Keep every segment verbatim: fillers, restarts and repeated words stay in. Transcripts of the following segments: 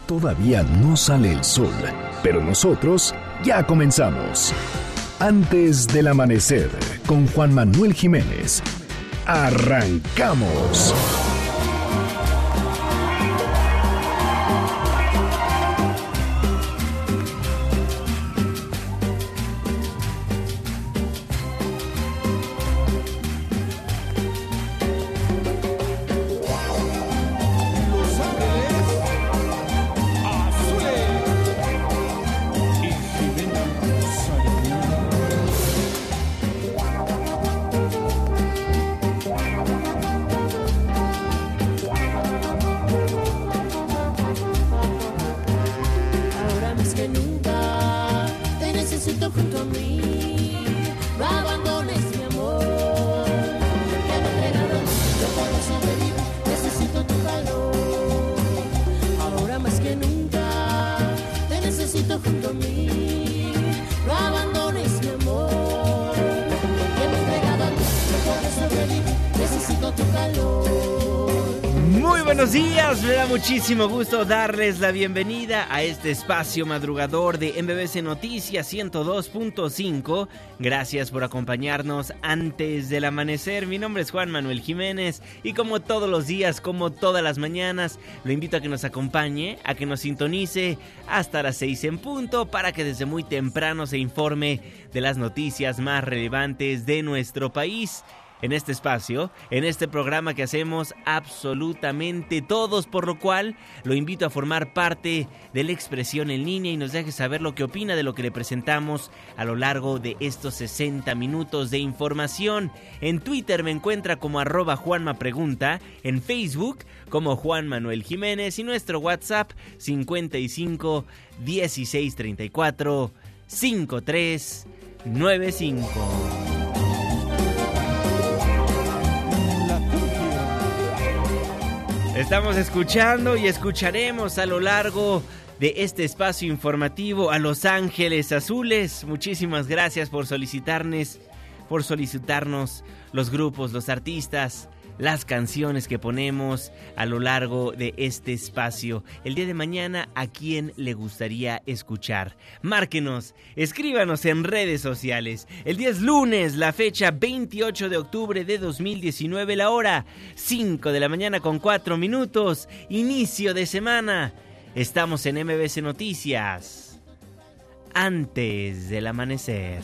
Todavía no sale el sol, pero nosotros ya comenzamos. Antes del amanecer, con Juan Manuel Jiménez. ¡Arrancamos! Buenos días, me da muchísimo gusto darles la bienvenida a este espacio madrugador de M B C Noticias ciento dos punto cinco. Gracias por acompañarnos antes del amanecer. Mi nombre es Juan Manuel Jiménez y como todos los días, como todas las mañanas, lo invito a que nos acompañe, a que nos sintonice hasta las seis en punto para que desde muy temprano se informe de las noticias más relevantes de nuestro país. En este espacio, en este programa que hacemos absolutamente todos, por lo cual lo invito a formar parte de la expresión en línea y nos deje saber lo que opina de lo que le presentamos a lo largo de estos sesenta minutos de información. En Twitter me encuentra como arroba Juanmapregunta, en Facebook como Juan Manuel Jiménez y nuestro WhatsApp cincuenta y cinco dieciséis treinta y cuatro cincuenta y tres noventa y cinco. Estamos escuchando y escucharemos a lo largo de este espacio informativo a Los Ángeles Azules. Muchísimas gracias por solicitarnos, por solicitarnos los grupos, los artistas, las canciones que ponemos a lo largo de este espacio. El día de mañana, ¿a quién le gustaría escuchar? Márquenos, escríbanos en redes sociales. El día es lunes, la fecha veintiocho de octubre de dos mil diecinueve, la hora cinco de la mañana con cuatro minutos, inicio de semana. Estamos en M B C Noticias, antes del amanecer.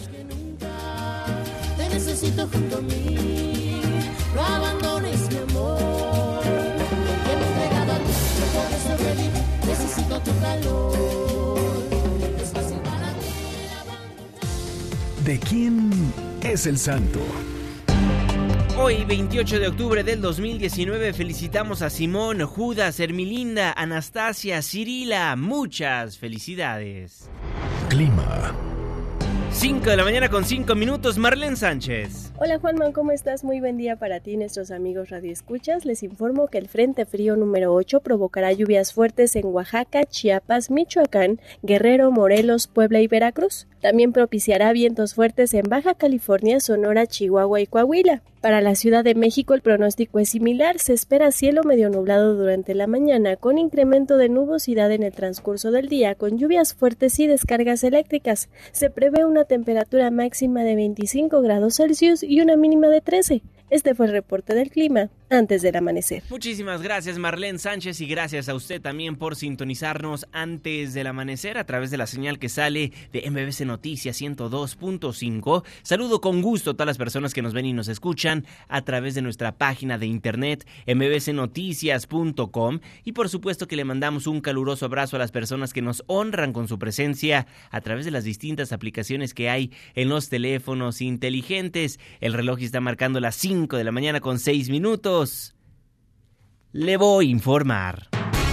Te necesito junto a mí, no abandones mi amor, que me he entregado a ti, no puedo sobrevivir, necesito tu calor, es fácil para mí abandonar. ¿De quién es el santo? Hoy, veintiocho de octubre del dos mil diecinueve, felicitamos a Simón, Judas, Hermilinda, Anastasia, Cirila. Muchas felicidades. Clima. cinco de la mañana con cinco minutos, Marlene Sánchez. Hola Juanman, ¿cómo estás? Muy buen día para ti y nuestros amigos radioescuchas. Les informo que el Frente Frío número ocho provocará lluvias fuertes en Oaxaca, Chiapas, Michoacán, Guerrero, Morelos, Puebla y Veracruz. También propiciará vientos fuertes en Baja California, Sonora, Chihuahua y Coahuila. Para la Ciudad de México el pronóstico es similar, se espera cielo medio nublado durante la mañana con incremento de nubosidad en el transcurso del día con lluvias fuertes y descargas eléctricas. Se prevé una temperatura máxima de veinticinco grados Celsius y una mínima de trece. Este fue el reporte del clima antes del amanecer. Muchísimas gracias Marlene Sánchez y gracias a usted también por sintonizarnos antes del amanecer a través de la señal que sale de M B C Noticias ciento dos punto cinco. Saludo con gusto a todas las personas que nos ven y nos escuchan a través de nuestra página de internet m b c noticias punto com y por supuesto que le mandamos un caluroso abrazo a las personas que nos honran con su presencia a través de las distintas aplicaciones que hay en los teléfonos inteligentes. El reloj está marcando las cinco de la mañana con seis minutos. Le voy a informar.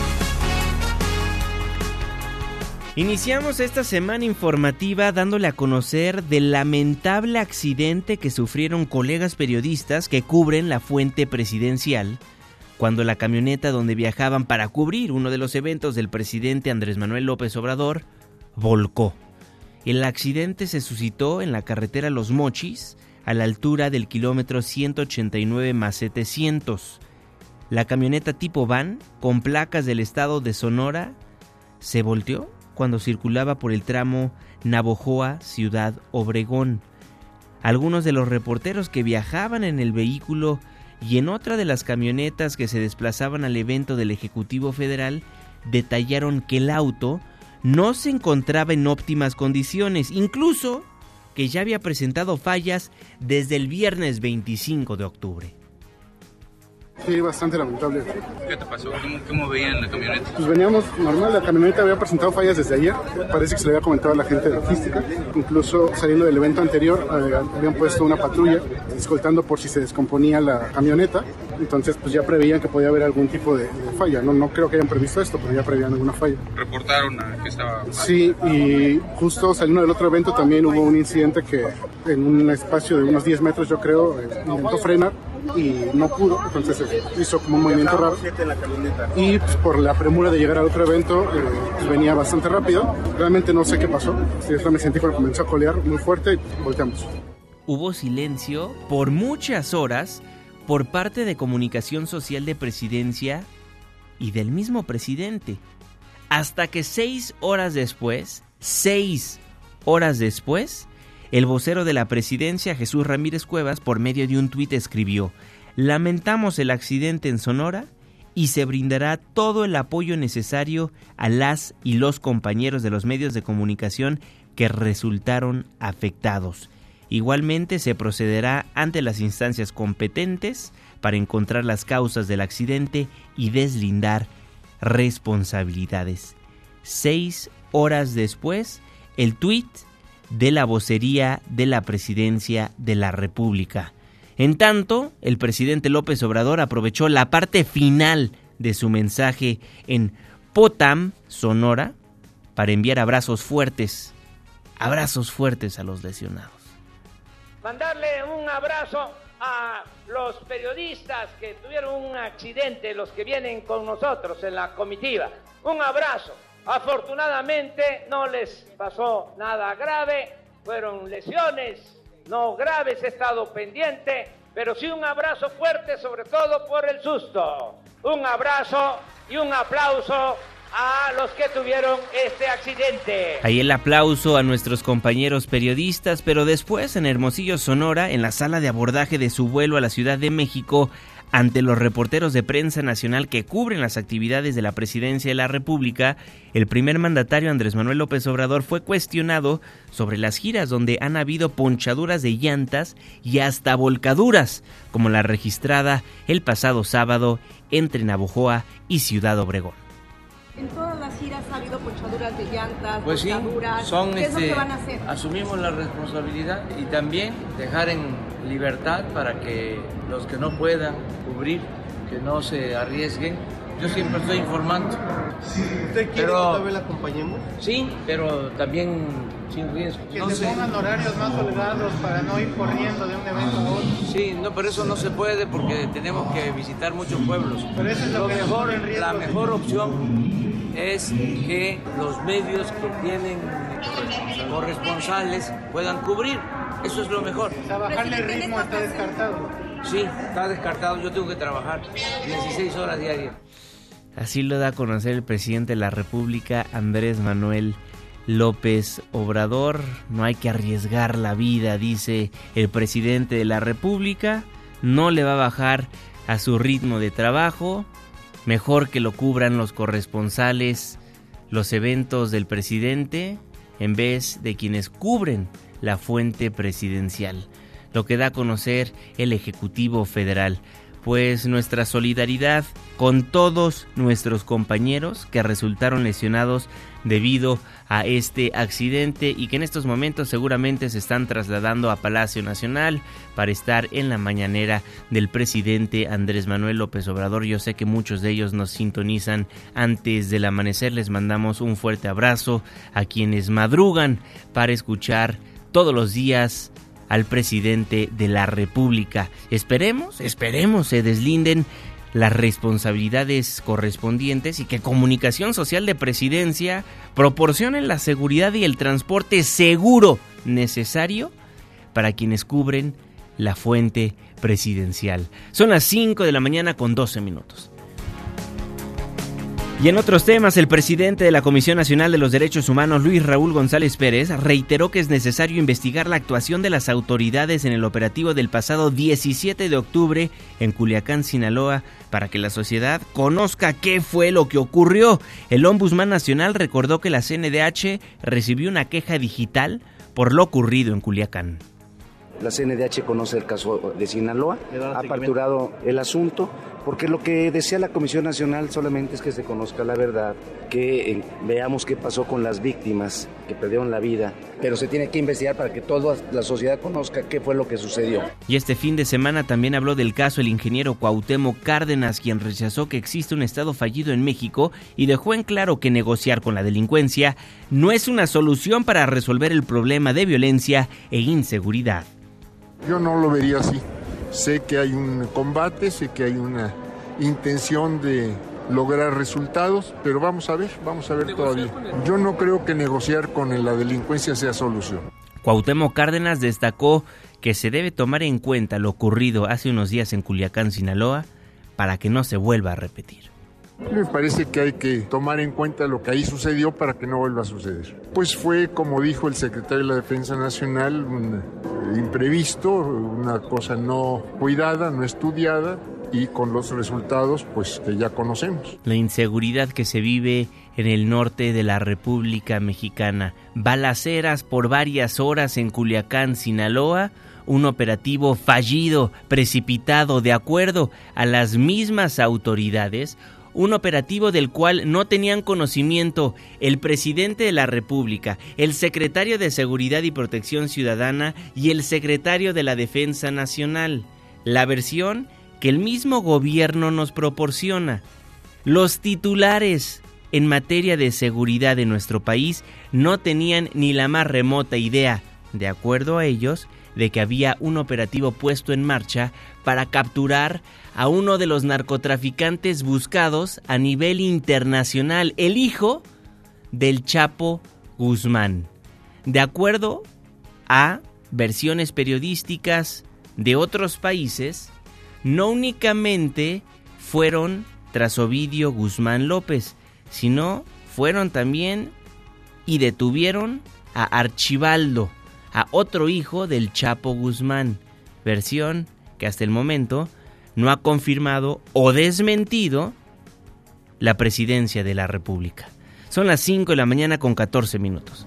Iniciamos esta semana informativa dándole a conocer del lamentable accidente que sufrieron colegas periodistas que cubren la fuente presidencial cuando la camioneta donde viajaban para cubrir uno de los eventos del presidente Andrés Manuel López Obrador volcó. El accidente se suscitó en la carretera Los Mochis, a la altura del kilómetro ciento ochenta y nueve más setecientos. La camioneta tipo van, con placas del estado de Sonora, se volteó cuando circulaba por el tramo Navojoa-Ciudad Obregón. Algunos de los reporteros que viajaban en el vehículo y en otra de las camionetas que se desplazaban al evento del Ejecutivo Federal detallaron que el auto no se encontraba en óptimas condiciones, incluso que ya había presentado fallas desde el viernes veinticinco de octubre. Sí, bastante lamentable. ¿Qué te pasó? ¿Cómo, cómo veían la camioneta? Pues veníamos normal, la camioneta había presentado fallas desde ayer, parece que se le había comentado a la gente de logística, incluso saliendo del evento anterior eh, habían puesto una patrulla escoltando por si se descomponía la camioneta, entonces pues ya preveían que podía haber algún tipo de, de falla, no, no creo que hayan previsto esto, pero ya preveían alguna falla. ¿Reportaron a que estaba mal? Sí, y justo saliendo del otro evento también hubo un incidente que en un espacio de unos diez metros yo creo, eh, intentó frenar y no pudo, entonces hizo como un movimiento raro y pues, por la premura de llegar al otro evento eh, pues, venía bastante rápido, realmente no sé qué pasó, sí, eso me sentí cuando comenzó a colear muy fuerte y volteamos. Hubo silencio por muchas horas por parte de Comunicación Social de Presidencia y del mismo presidente, hasta que seis horas después, seis horas después, el vocero de la presidencia, Jesús Ramírez Cuevas, por medio de un tuit escribió: lamentamos el accidente en Sonora y se brindará todo el apoyo necesario a las y los compañeros de los medios de comunicación que resultaron afectados. Igualmente se procederá ante las instancias competentes para encontrar las causas del accidente y deslindar responsabilidades. Seis horas después, el tuit de la vocería de la Presidencia de la República. En tanto, el presidente López Obrador aprovechó la parte final de su mensaje en Potam, Sonora, para enviar abrazos fuertes, abrazos fuertes a los lesionados. Mandarle un abrazo a los periodistas que tuvieron un accidente, los que vienen con nosotros en la comitiva. Un abrazo. Afortunadamente no les pasó nada grave, fueron lesiones no graves, he estado pendiente, pero sí un abrazo fuerte, sobre todo por el susto. Un abrazo y un aplauso a los que tuvieron este accidente. Ahí el aplauso a nuestros compañeros periodistas, pero después en Hermosillo, Sonora, en la sala de abordaje de su vuelo a la Ciudad de México, ante los reporteros de prensa nacional que cubren las actividades de la Presidencia de la República, el primer mandatario Andrés Manuel López Obrador fue cuestionado sobre las giras donde han habido ponchaduras de llantas y hasta volcaduras, como la registrada el pasado sábado entre Navojoa y Ciudad Obregón. En todas las giras ha habido ponchaduras de llantas, pues ponchaduras. Sí, son, ¿Qué este, es lo que van a hacer? Asumimos la responsabilidad y también dejar en libertad para que los que no puedan cubrir, que no se arriesguen. Yo siempre estoy informando. ¿Usted quiere pero, que todavía la acompañemos? Sí, pero también sin riesgo. Que no se sé. pongan horarios más holgados para no ir corriendo de un evento a otro. Sí, no, pero eso no se puede porque tenemos que visitar muchos pueblos. Pero eso es lo, lo que mejor, en riesgo, la ¿sí? mejor opción es que los medios que tienen corresponsales puedan cubrir. Eso es lo mejor. O sea, bajarle el ritmo está descartado. Sí, está descartado. Yo tengo que trabajar dieciséis horas diarias. Así lo da a conocer el presidente de la República, Andrés Manuel López Obrador. No hay que arriesgar la vida, dice el presidente de la República. No le va a bajar a su ritmo de trabajo. Mejor que lo cubran los corresponsales, los eventos del presidente, en vez de quienes cubren la fuente presidencial. Lo que da a conocer el Ejecutivo Federal. Pues nuestra solidaridad con todos nuestros compañeros que resultaron lesionados debido a este accidente y que en estos momentos seguramente se están trasladando a Palacio Nacional para estar en la mañanera del presidente Andrés Manuel López Obrador. Yo sé que muchos de ellos nos sintonizan antes del amanecer. Les mandamos un fuerte abrazo a quienes madrugan para escuchar todos los días al presidente de la República. Esperemos, esperemos se deslinden las responsabilidades correspondientes y que Comunicación Social de Presidencia proporcione la seguridad y el transporte seguro necesario para quienes cubren la fuente presidencial. Son las cinco de la mañana con doce minutos. Y en otros temas, el presidente de la Comisión Nacional de los Derechos Humanos, Luis Raúl González Pérez, reiteró que es necesario investigar la actuación de las autoridades en el operativo del pasado diecisiete de octubre en Culiacán, Sinaloa, para que la sociedad conozca qué fue lo que ocurrió. El Ombudsman Nacional recordó que la C N D H recibió una queja digital por lo ocurrido en Culiacán. La C N D H conoce el caso de Sinaloa, ha aperturado el asunto, porque lo que desea la Comisión Nacional solamente es que se conozca la verdad, que eh, veamos qué pasó con las víctimas que perdieron la vida, pero se tiene que investigar para que toda la sociedad conozca qué fue lo que sucedió. Y este fin de semana también habló del caso el ingeniero Cuauhtémoc Cárdenas, quien rechazó que existe un Estado fallido en México y dejó en claro que negociar con la delincuencia no es una solución para resolver el problema de violencia e inseguridad. Yo no lo vería así. Sé que hay un combate, sé que hay una intención de lograr resultados, pero vamos a ver, vamos a ver todavía. Yo no creo que negociar con la delincuencia sea solución. Cuauhtémoc Cárdenas destacó que se debe tomar en cuenta lo ocurrido hace unos días en Culiacán, Sinaloa, para que no se vuelva a repetir. Me parece que hay que tomar en cuenta lo que ahí sucedió para que no vuelva a suceder. Pues fue, como dijo el secretario de la Defensa Nacional, un imprevisto, una cosa no cuidada, no estudiada, y con los resultados pues que ya conocemos. La inseguridad que se vive en el norte de la República Mexicana, balaceras por varias horas en Culiacán, Sinaloa, un operativo fallido, precipitado, de acuerdo a las mismas autoridades, un operativo del cual no tenían conocimiento el presidente de la República, el secretario de Seguridad y Protección Ciudadana y el secretario de la Defensa Nacional. La versión que el mismo gobierno nos proporciona. Los titulares en materia de seguridad de nuestro país no tenían ni la más remota idea, de acuerdo a ellos, de que había un operativo puesto en marcha para capturar a uno de los narcotraficantes buscados a nivel internacional, el hijo del Chapo Guzmán. De acuerdo a versiones periodísticas de otros países, no únicamente fueron tras Ovidio Guzmán López, sino fueron también y detuvieron a Archibaldo, a otro hijo del Chapo Guzmán, versión que hasta el momento no ha confirmado o desmentido la presidencia de la República. Son las cinco de la mañana con catorce minutos.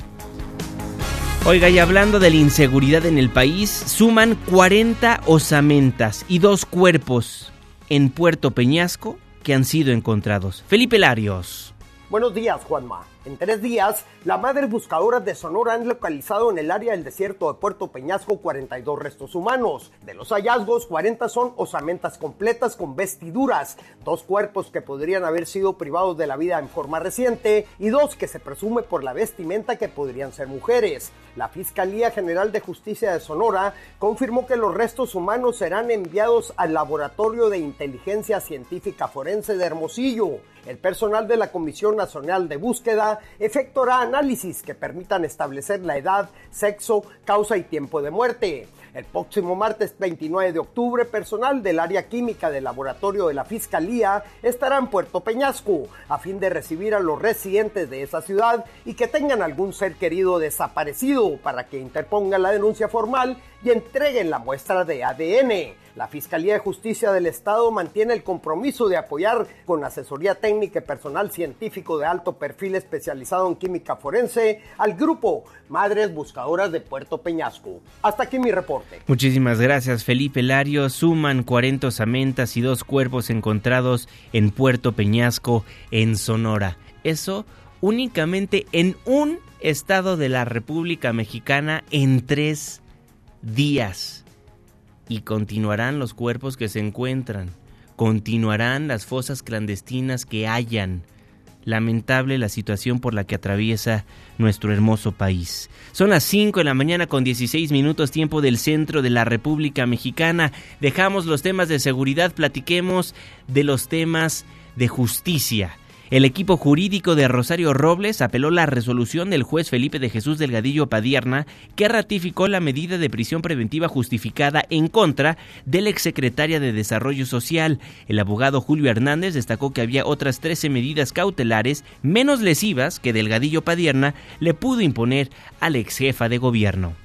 Oiga, y hablando de la inseguridad en el país, suman cuarenta osamentas y dos cuerpos en Puerto Peñasco que han sido encontrados. Felipe Larios. Buenos días, Juanma. En tres días, las madres buscadoras de Sonora han localizado en el área del desierto de Puerto Peñasco cuarenta y dos restos humanos. De los hallazgos, cuarenta son osamentas completas con vestiduras, dos cuerpos que podrían haber sido privados de la vida en forma reciente y dos que se presume por la vestimenta que podrían ser mujeres. La Fiscalía General de Justicia de Sonora confirmó que los restos humanos serán enviados al Laboratorio de Inteligencia Científica Forense de Hermosillo. El personal de la Comisión Nacional de Búsqueda efectuará análisis que permitan establecer la edad, sexo, causa y tiempo de muerte. El próximo martes veintinueve de octubre, personal del área química del laboratorio de la Fiscalía estará en Puerto Peñasco a fin de recibir a los residentes de esa ciudad y que tengan algún ser querido desaparecido para que interpongan la denuncia formal y entreguen la muestra de A D N. La Fiscalía de Justicia del Estado mantiene el compromiso de apoyar con asesoría técnica y personal científico de alto perfil especializado en química forense al grupo Madres Buscadoras de Puerto Peñasco. Hasta aquí mi reporte. Muchísimas gracias, Felipe Lario. Suman cuarenta osamentas y dos cuerpos encontrados en Puerto Peñasco, en Sonora. Eso únicamente en un estado de la República Mexicana en tres días. Y continuarán los cuerpos que se encuentran, continuarán las fosas clandestinas que hayan. Lamentable la situación por la que atraviesa nuestro hermoso país. Son las cinco de la mañana con dieciséis minutos, tiempo del centro de la República Mexicana. Dejamos los temas de seguridad, platiquemos de los temas de justicia. El equipo jurídico de Rosario Robles apeló la resolución del juez Felipe de Jesús Delgadillo Padierna, que ratificó la medida de prisión preventiva justificada en contra de la exsecretaria de Desarrollo Social. El abogado Julio Hernández destacó que había otras trece medidas cautelares menos lesivas que Delgadillo Padierna le pudo imponer a la exjefa de gobierno.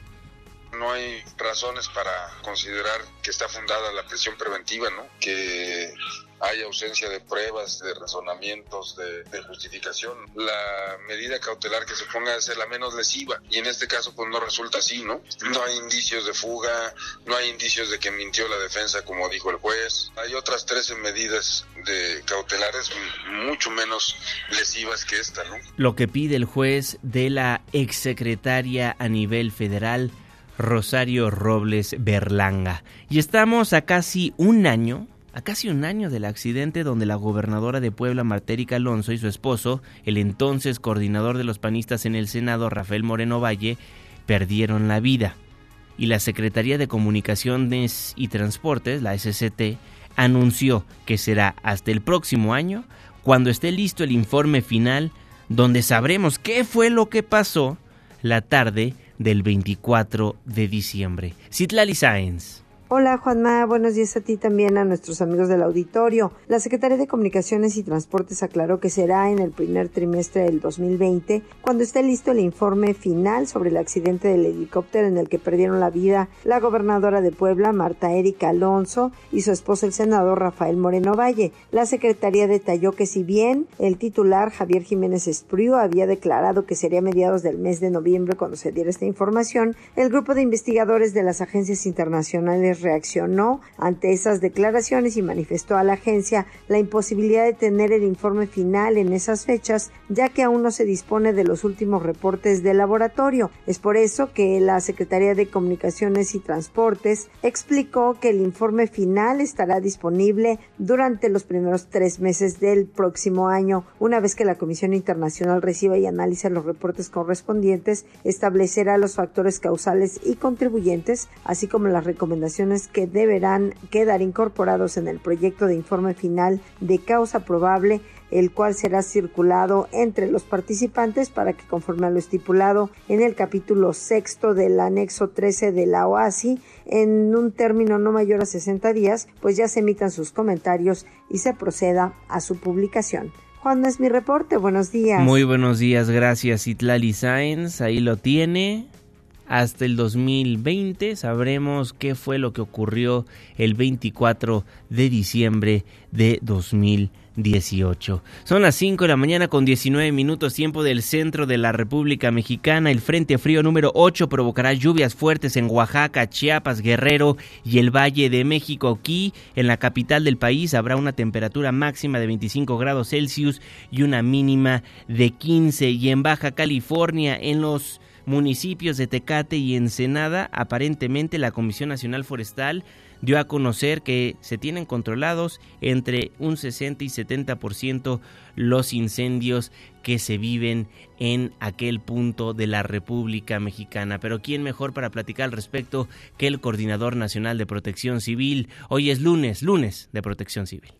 No hay razones para considerar que está fundada la prisión preventiva, ¿no? Que hay ausencia de pruebas, de razonamientos, de, de justificación. La medida cautelar que se ponga es la menos lesiva, y en este caso pues no resulta así, ¿no? No hay indicios de fuga, no hay indicios de que mintió la defensa, como dijo el juez. Hay otras trece medidas de cautelares mucho menos lesivas que esta, ¿no? Lo que pide el juez de la exsecretaria a nivel federal, Rosario Robles Berlanga. Y estamos a casi un año, a casi un año del accidente donde la gobernadora de Puebla, Marta Erika Alonso, y su esposo, el entonces coordinador de los panistas en el Senado, Rafael Moreno Valle, perdieron la vida. Y la Secretaría de Comunicaciones y Transportes, la S C T, anunció que será hasta el próximo año, cuando esté listo el informe final, donde sabremos qué fue lo que pasó la tarde del veinticuatro de diciembre. Citlali Sáenz. Hola Juanma, buenos días a ti también, a nuestros amigos del auditorio. La Secretaría de Comunicaciones y Transportes aclaró que será en el primer trimestre del dos mil veinte cuando esté listo el informe final sobre el accidente del helicóptero en el que perdieron la vida la gobernadora de Puebla, Marta Erika Alonso, y su esposo, el senador Rafael Moreno Valle. La Secretaría detalló que si bien el titular Javier Jiménez Espriu había declarado que sería a mediados del mes de noviembre cuando se diera esta información, el grupo de investigadores de las agencias internacionales reaccionó ante esas declaraciones y manifestó a la agencia la imposibilidad de tener el informe final en esas fechas, ya que aún no se dispone de los últimos reportes del laboratorio. Es por eso que la Secretaría de Comunicaciones y Transportes explicó que el informe final estará disponible durante los primeros tres meses del próximo año. Una vez que la Comisión Internacional reciba y analice los reportes correspondientes, establecerá los factores causales y contribuyentes, así como las recomendaciones que deberán quedar incorporados en el proyecto de informe final de causa probable, el cual será circulado entre los participantes para que, conforme a lo estipulado en el capítulo sexto del anexo trece de la O A S I, en un término no mayor a sesenta días, pues ya se emitan sus comentarios y se proceda a su publicación. Juan, es mi reporte. Buenos días. Muy buenos días, gracias Citlali Sáenz. Ahí lo tiene. Hasta el dos mil veinte sabremos qué fue lo que ocurrió el veinticuatro de diciembre de dos mil dieciocho. Son las cinco de la mañana con diecinueve minutos, tiempo del centro de la República Mexicana. El Frente Frío número ocho provocará lluvias fuertes en Oaxaca, Chiapas, Guerrero y el Valle de México. Aquí, en la capital del país, habrá una temperatura máxima de veinticinco grados Celsius y una mínima de quince. Y en Baja California, en los municipios de Tecate y Ensenada, aparentemente la Comisión Nacional Forestal dio a conocer que se tienen controlados entre un sesenta y setenta por ciento los incendios que se viven en aquel punto de la República Mexicana. Pero ¿quién mejor para platicar al respecto que el Coordinador Nacional de Protección Civil? Hoy es lunes, lunes de Protección Civil.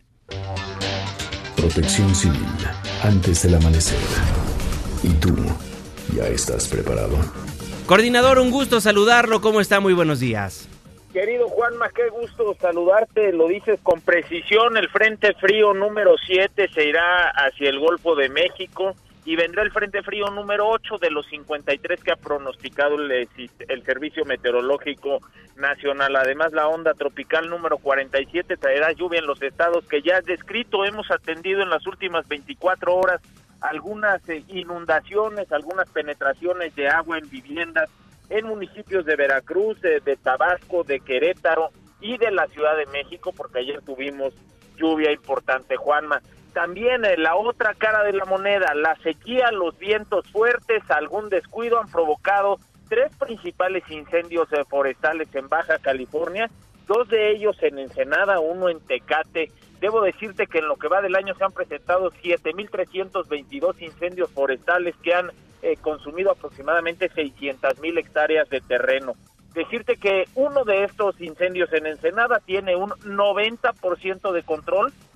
Protección Civil, antes del amanecer. ¿Y tú? ¿Ya estás preparado? Coordinador, un gusto saludarlo. ¿Cómo está? Muy buenos días. Querido Juanma, qué gusto saludarte. Lo dices con precisión. El Frente Frío número siete se irá hacia el Golfo de México y vendrá el Frente Frío número ocho de los cincuenta y tres que ha pronosticado el, el Servicio Meteorológico Nacional. Además, la onda tropical número cuarenta y siete traerá lluvia en los estados que ya has descrito. Hemos atendido en las últimas veinticuatro horas algunas eh, inundaciones, algunas penetraciones de agua en viviendas en municipios de Veracruz, de, de Tabasco, de Querétaro y de la Ciudad de México, porque ayer tuvimos lluvia importante, Juanma. También eh, la otra cara de la moneda, la sequía, los vientos fuertes, algún descuido han provocado tres principales incendios eh, forestales en Baja California, dos de ellos en Ensenada, uno en Tecate. Debo decirte que en lo que va del año se han presentado siete mil trescientos veintidós incendios forestales que han eh, consumido aproximadamente seiscientas mil hectáreas de terreno. Decirte que uno de estos incendios en Ensenada tiene un noventa por ciento de control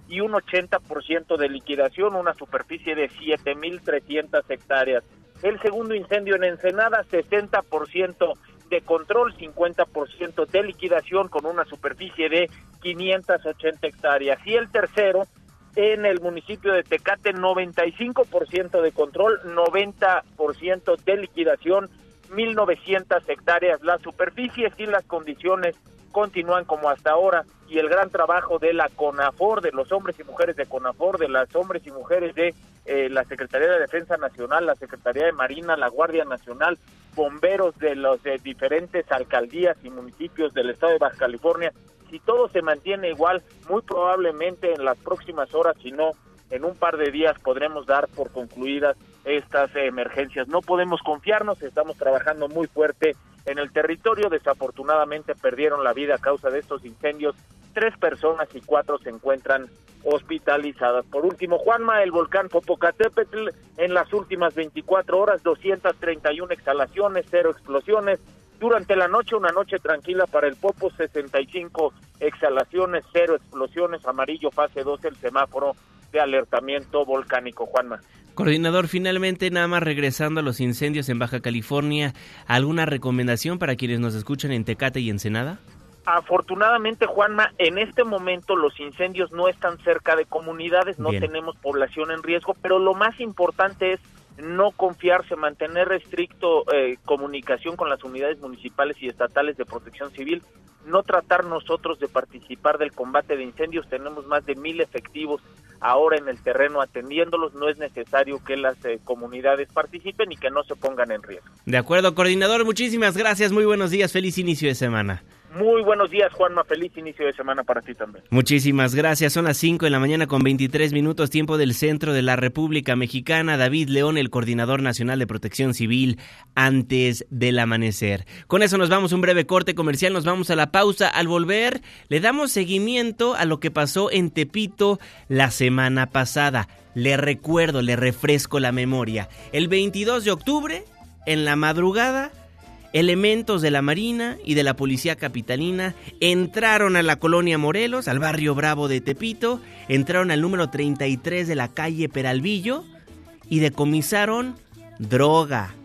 y un ochenta por ciento de liquidación, una superficie de siete mil trescientas hectáreas. El segundo incendio en Ensenada, sesenta por ciento de control, cincuenta por ciento de liquidación con una superficie de quinientas ochenta hectáreas. Y el tercero, en el municipio de Tecate, noventa y cinco por ciento de control, noventa por ciento de liquidación, mil novecientas hectáreas. Las superficies y las condiciones continúan como hasta ahora, y el gran trabajo de la CONAFOR, de los hombres y mujeres de CONAFOR, de las hombres y mujeres de eh, la Secretaría de Defensa Nacional, la Secretaría de Marina, la Guardia Nacional, bomberos de las de diferentes alcaldías y municipios del estado de Baja California. Si todo se mantiene igual, muy probablemente en las próximas horas, si no, en un par de días podremos dar por concluidas estas eh, emergencias. No podemos confiarnos, estamos trabajando muy fuerte en el territorio. Desafortunadamente perdieron la vida a causa de estos incendios tres personas y cuatro se encuentran hospitalizadas. Por último, Juanma, el volcán Popocatépetl, en las últimas veinticuatro horas, doscientas treinta y una exhalaciones, cero explosiones. Durante la noche, una noche tranquila para el Popo, sesenta y cinco exhalaciones, cero explosiones, amarillo fase dos, el semáforo de alertamiento volcánico. Juanma. Coordinador, finalmente, nada más regresando a los incendios en Baja California, ¿alguna recomendación para quienes nos escuchan en Tecate y Ensenada? Afortunadamente, Juanma, en este momento los incendios no están cerca de comunidades, no Bien. tenemos población en riesgo, pero lo más importante es no confiarse, mantener restricto eh, comunicación con las unidades municipales y estatales de protección civil, no tratar nosotros de participar del combate de incendios. Tenemos más de mil efectivos ahora en el terreno atendiéndolos, no es necesario que las eh, comunidades participen y que no se pongan en riesgo. De acuerdo, coordinador, muchísimas gracias, muy buenos días, feliz inicio de semana. Muy buenos días, Juanma, feliz inicio de semana para ti también. Muchísimas gracias, son las cinco de la mañana con veintitrés minutos, tiempo del centro de la República Mexicana. David León, el coordinador nacional de protección civil, antes del amanecer. Con eso nos vamos a un breve corte comercial, nos vamos a la pausa. Al volver, le damos seguimiento a lo que pasó en Tepito la semana pasada. Le recuerdo, le refresco la memoria. El veintidós de octubre, en la madrugada, elementos de la Marina y de la Policía Capitalina entraron a la colonia Morelos, al barrio Bravo de Tepito, entraron al número treinta y tres de la calle Peralvillo y decomisaron droga,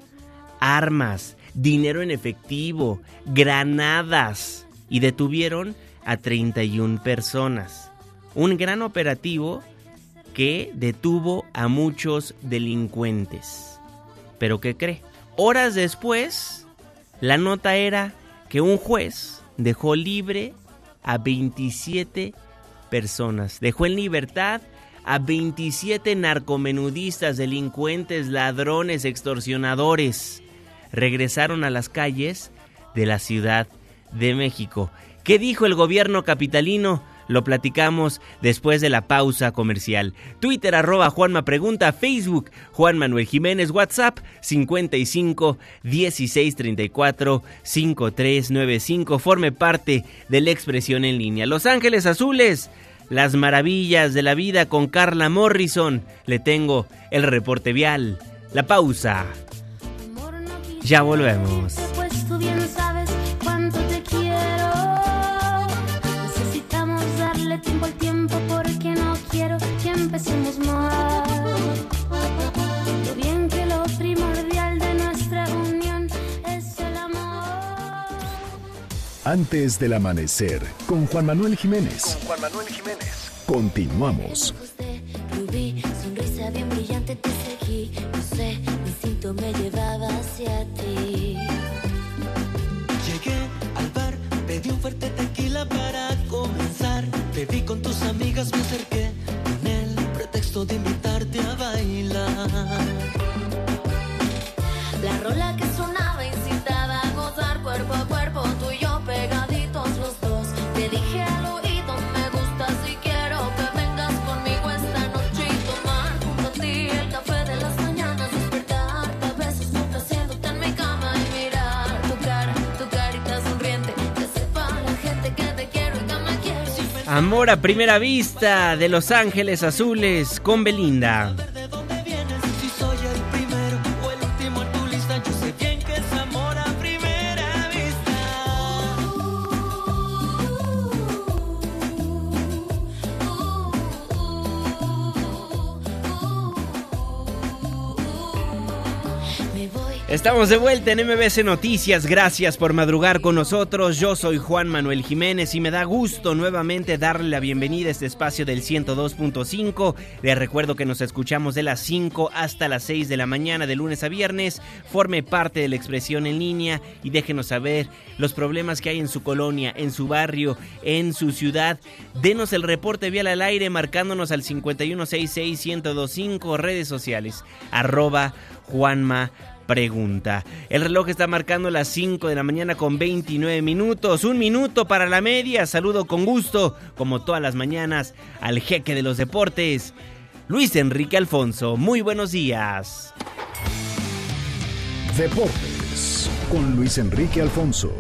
armas, dinero en efectivo, granadas y detuvieron a treinta y una personas. Un gran operativo que detuvo a muchos delincuentes. ¿Pero qué cree? Horas después, la nota era que un juez dejó libre a veintisiete personas. Dejó en libertad a veintisiete narcomenudistas, delincuentes, ladrones, extorsionadores. Regresaron a las calles de la Ciudad de México. ¿Qué dijo el gobierno capitalino? Lo platicamos después de la pausa comercial. Twitter, arroba Juanma Pregunta, Facebook, Juan Manuel Jiménez, WhatsApp, cincuenta y cinco, dieciséis, treinta y cuatro, cincuenta y tres noventa y cinco. Forme parte de la Expresión en Línea. Los Ángeles Azules, las maravillas de la vida con Carla Morrison. Le tengo el reporte vial. La pausa. Ya volvemos. Tiempo al tiempo porque no quiero que empecemos mal. Lo bien que lo primordial de nuestra unión es el amor. Antes del amanecer, con Juan Manuel Jiménez. Con Juan Manuel Jiménez. Continuamos. Rubí, sonrisa bien brillante, te seguí. No sé, mi instinto me llevaba hacia ti. Llegué al bar, pedí un fuerte tequila para comenzar. Te vi con tus amigas, me acerqué con el pretexto de invitarte a bailar. La rola que sonaba incitaba a gozar cuerpo a cuerpo, tú y yo pegaditos los dos. Te dije al oído, me gustas y quiero que vengas conmigo esta noche y tomar junto a ti el café de las mañanas, despertar a besos complaciéndote en mi cama y mirar tu cara, tu carita sonriente, que sepa la gente que te quiero y que me quieres. Amor a primera vista de Los Ángeles Azules con Belinda. Estamos de vuelta en M B C Noticias, gracias por madrugar con nosotros. Yo soy Juan Manuel Jiménez y me da gusto nuevamente darle la bienvenida a este espacio del ciento dos punto cinco. Les recuerdo que nos escuchamos de las cinco hasta las seis de la mañana de lunes a viernes. Forme parte de la expresión en línea y déjenos saber los problemas que hay en su colonia, en su barrio, en su ciudad. Denos el reporte vial al aire marcándonos al cincuenta y uno sesenta y seis, ciento veinticinco, redes sociales, arroba Juanma Pregunta. El reloj está marcando las cinco de la mañana con veintinueve minutos. Un minuto para la media. Saludo con gusto, como todas las mañanas, al jeque de los deportes, Luis Enrique Alfonso. Muy buenos días. Deportes con Luis Enrique Alfonso.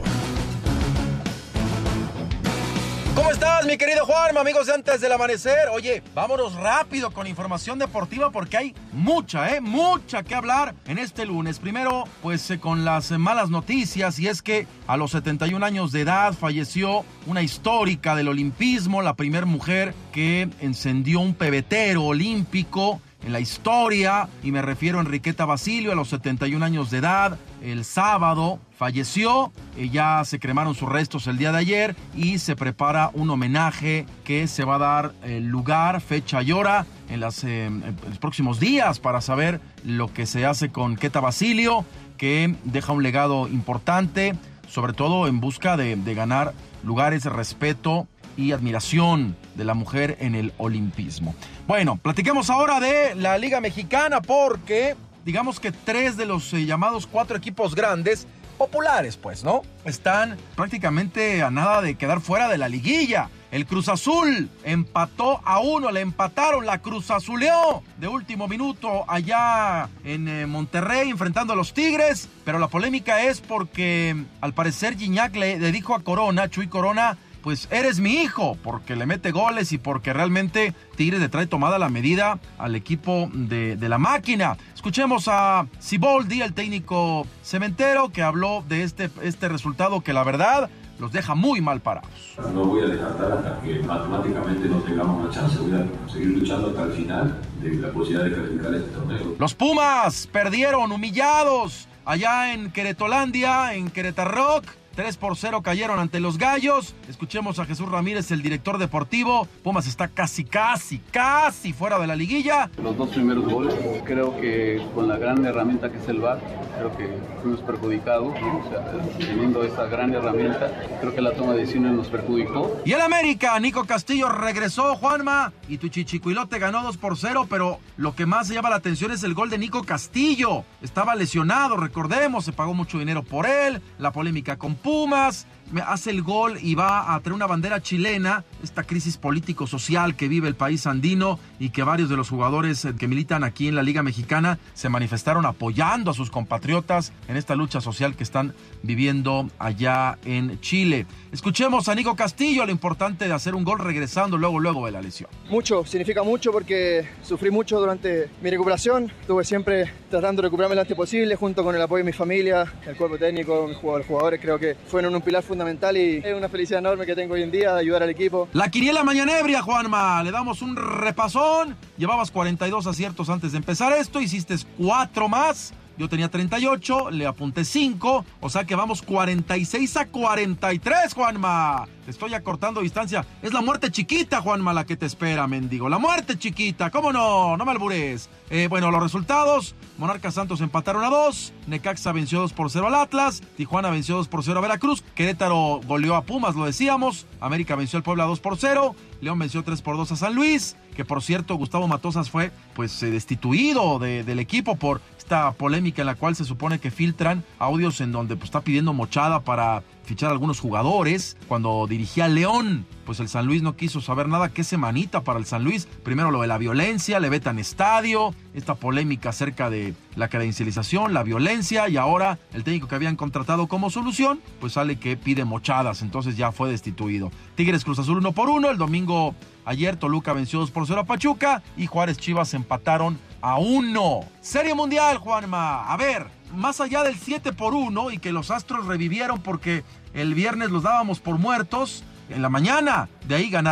¿Cómo estás, mi querido Juanma, amigos de Antes del Amanecer? Oye, vámonos rápido con información deportiva porque hay mucha, ¿eh? Mucha que hablar en este lunes. Primero, pues eh, con las eh, malas noticias, y es que a los setenta y un años de edad falleció una histórica del olimpismo, la primer mujer que encendió un pebetero olímpico en la historia, y me refiero a Enriqueta Basilio. A los setenta y un años de edad, el sábado falleció. Eh, ya se cremaron sus restos el día de ayer y se prepara un homenaje que se va a dar eh, lugar, fecha y hora en, las, eh, en los próximos días, para saber lo que se hace con Queta Basilio, que deja un legado importante, sobre todo en busca de, de ganar lugares de respeto y admiración de la mujer en el olimpismo. Bueno, platiquemos ahora de la Liga Mexicana, porque digamos que tres de los eh, llamados cuatro equipos grandes, populares pues, ¿no?, están prácticamente a nada de quedar fuera de la liguilla. El Cruz Azul empató a uno, le empataron, la Cruz Azuleó de último minuto allá en eh, Monterrey, enfrentando a los Tigres. Pero la polémica es porque al parecer Gignac le, le dijo a Corona, Chuy Corona, pues eres mi hijo, porque le mete goles y porque realmente Tigres le trae tomada la medida al equipo de, de la máquina. Escuchemos a Siboldi, el técnico cementero, que habló de este, este resultado que la verdad los deja muy mal parados. No voy a descartar hasta que matemáticamente no tengamos una chance. Voy a seguir luchando hasta el final de la posibilidad de calificar este torneo. Los Pumas perdieron humillados allá en Queretolandia, en Querétaro. tres por cero cayeron ante los Gallos. Escuchemos a Jesús Ramírez, el director deportivo. Pumas está casi, casi, casi fuera de la liguilla. Los dos primeros goles, creo que con la gran herramienta que es el V A R, creo que fuimos perjudicados, ¿no? O sea, teniendo esa gran herramienta, creo que la toma de decisiones nos perjudicó. Y el América, Nico Castillo regresó, Juanma, y tu Chichicuilote ganó dos por cero, pero lo que más se llama la atención es el gol de Nico Castillo. Estaba lesionado, recordemos, se pagó mucho dinero por él, la polémica con Pumas, hace el gol y va a traer una bandera chilena, esta crisis político-social que vive el país andino, y que varios de los jugadores que militan aquí en la Liga Mexicana se manifestaron apoyando a sus compatriotas en esta lucha social que están viviendo allá en Chile. Escuchemos a Nico Castillo, lo importante de hacer un gol regresando luego, luego de la lesión. Mucho, significa mucho porque sufrí mucho durante mi recuperación, estuve siempre tratando de recuperarme lo antes posible, junto con el apoyo de mi familia, el cuerpo técnico, los jugadores, creo que fueron un pilar fundamental y es una felicidad enorme que tengo hoy en día de ayudar al equipo. La quiniela mañanebria, Juanma, le damos un repasón. Llevabas cuarenta y dos aciertos antes de empezar esto, hiciste cuatro más. Yo tenía treinta y ocho, le apunté cinco, o sea que vamos cuarenta y seis a cuarenta y tres, Juanma. Te estoy acortando distancia. Es la muerte chiquita, Juanma, la que te espera, mendigo. La muerte chiquita, ¿cómo no? No me albures. Eh, bueno, los resultados. Monarcas Santos empataron a dos. Necaxa venció dos por cero al Atlas. Tijuana venció dos por cero a Veracruz. Querétaro goleó a Pumas, lo decíamos. América venció al Puebla dos por cero. León venció tres por dos a San Luis. Que por cierto, Gustavo Matosas fue pues eh, destituido de, del equipo por esta polémica en la cual se supone que filtran audios en donde pues, está pidiendo mochada para fichar a algunos jugadores. Cuando dirigía a León, pues el San Luis no quiso saber nada. Qué semanita para el San Luis. Primero lo de la violencia, le vetan estadio, esta polémica acerca de la credencialización, la violencia, y ahora el técnico que habían contratado como solución, pues sale que pide mochadas, entonces ya fue destituido. Tigres Cruz Azul uno por uno, el domingo ayer Toluca venció dos por cero a Pachuca y Juárez Chivas empataron a uno. Serie Mundial, Juanma, a ver, más allá del siete por uno y que los Astros revivieron porque el viernes los dábamos por muertos, en la mañana de ahí ganaron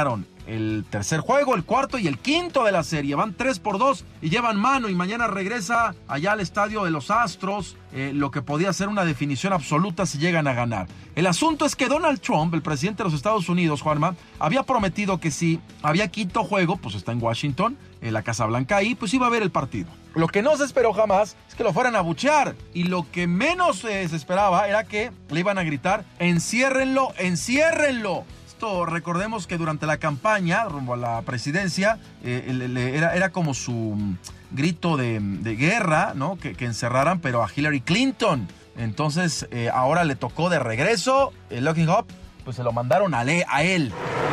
el tercer juego, el cuarto y el quinto de la serie. Van tres por dos y llevan mano, y mañana regresa allá al estadio de los Astros, eh, lo que podía ser una definición absoluta si llegan a ganar. El asunto es que Donald Trump, el presidente de los Estados Unidos, Juanma, había prometido que si había quinto juego, pues está en Washington, en la Casa Blanca, ahí pues iba a haber el partido. Lo que no se esperó jamás es que lo fueran a abuchear, y lo que menos eh, se esperaba era que le iban a gritar: enciérrenlo, enciérrenlo. Esto, recordemos que durante la campaña rumbo a la presidencia eh, le, le, era, era como su grito de, de guerra, ¿no? Que, que encerraran, pero a Hillary Clinton. Entonces eh, ahora le tocó de regreso el locking up, pues se lo mandaron a, le, a él.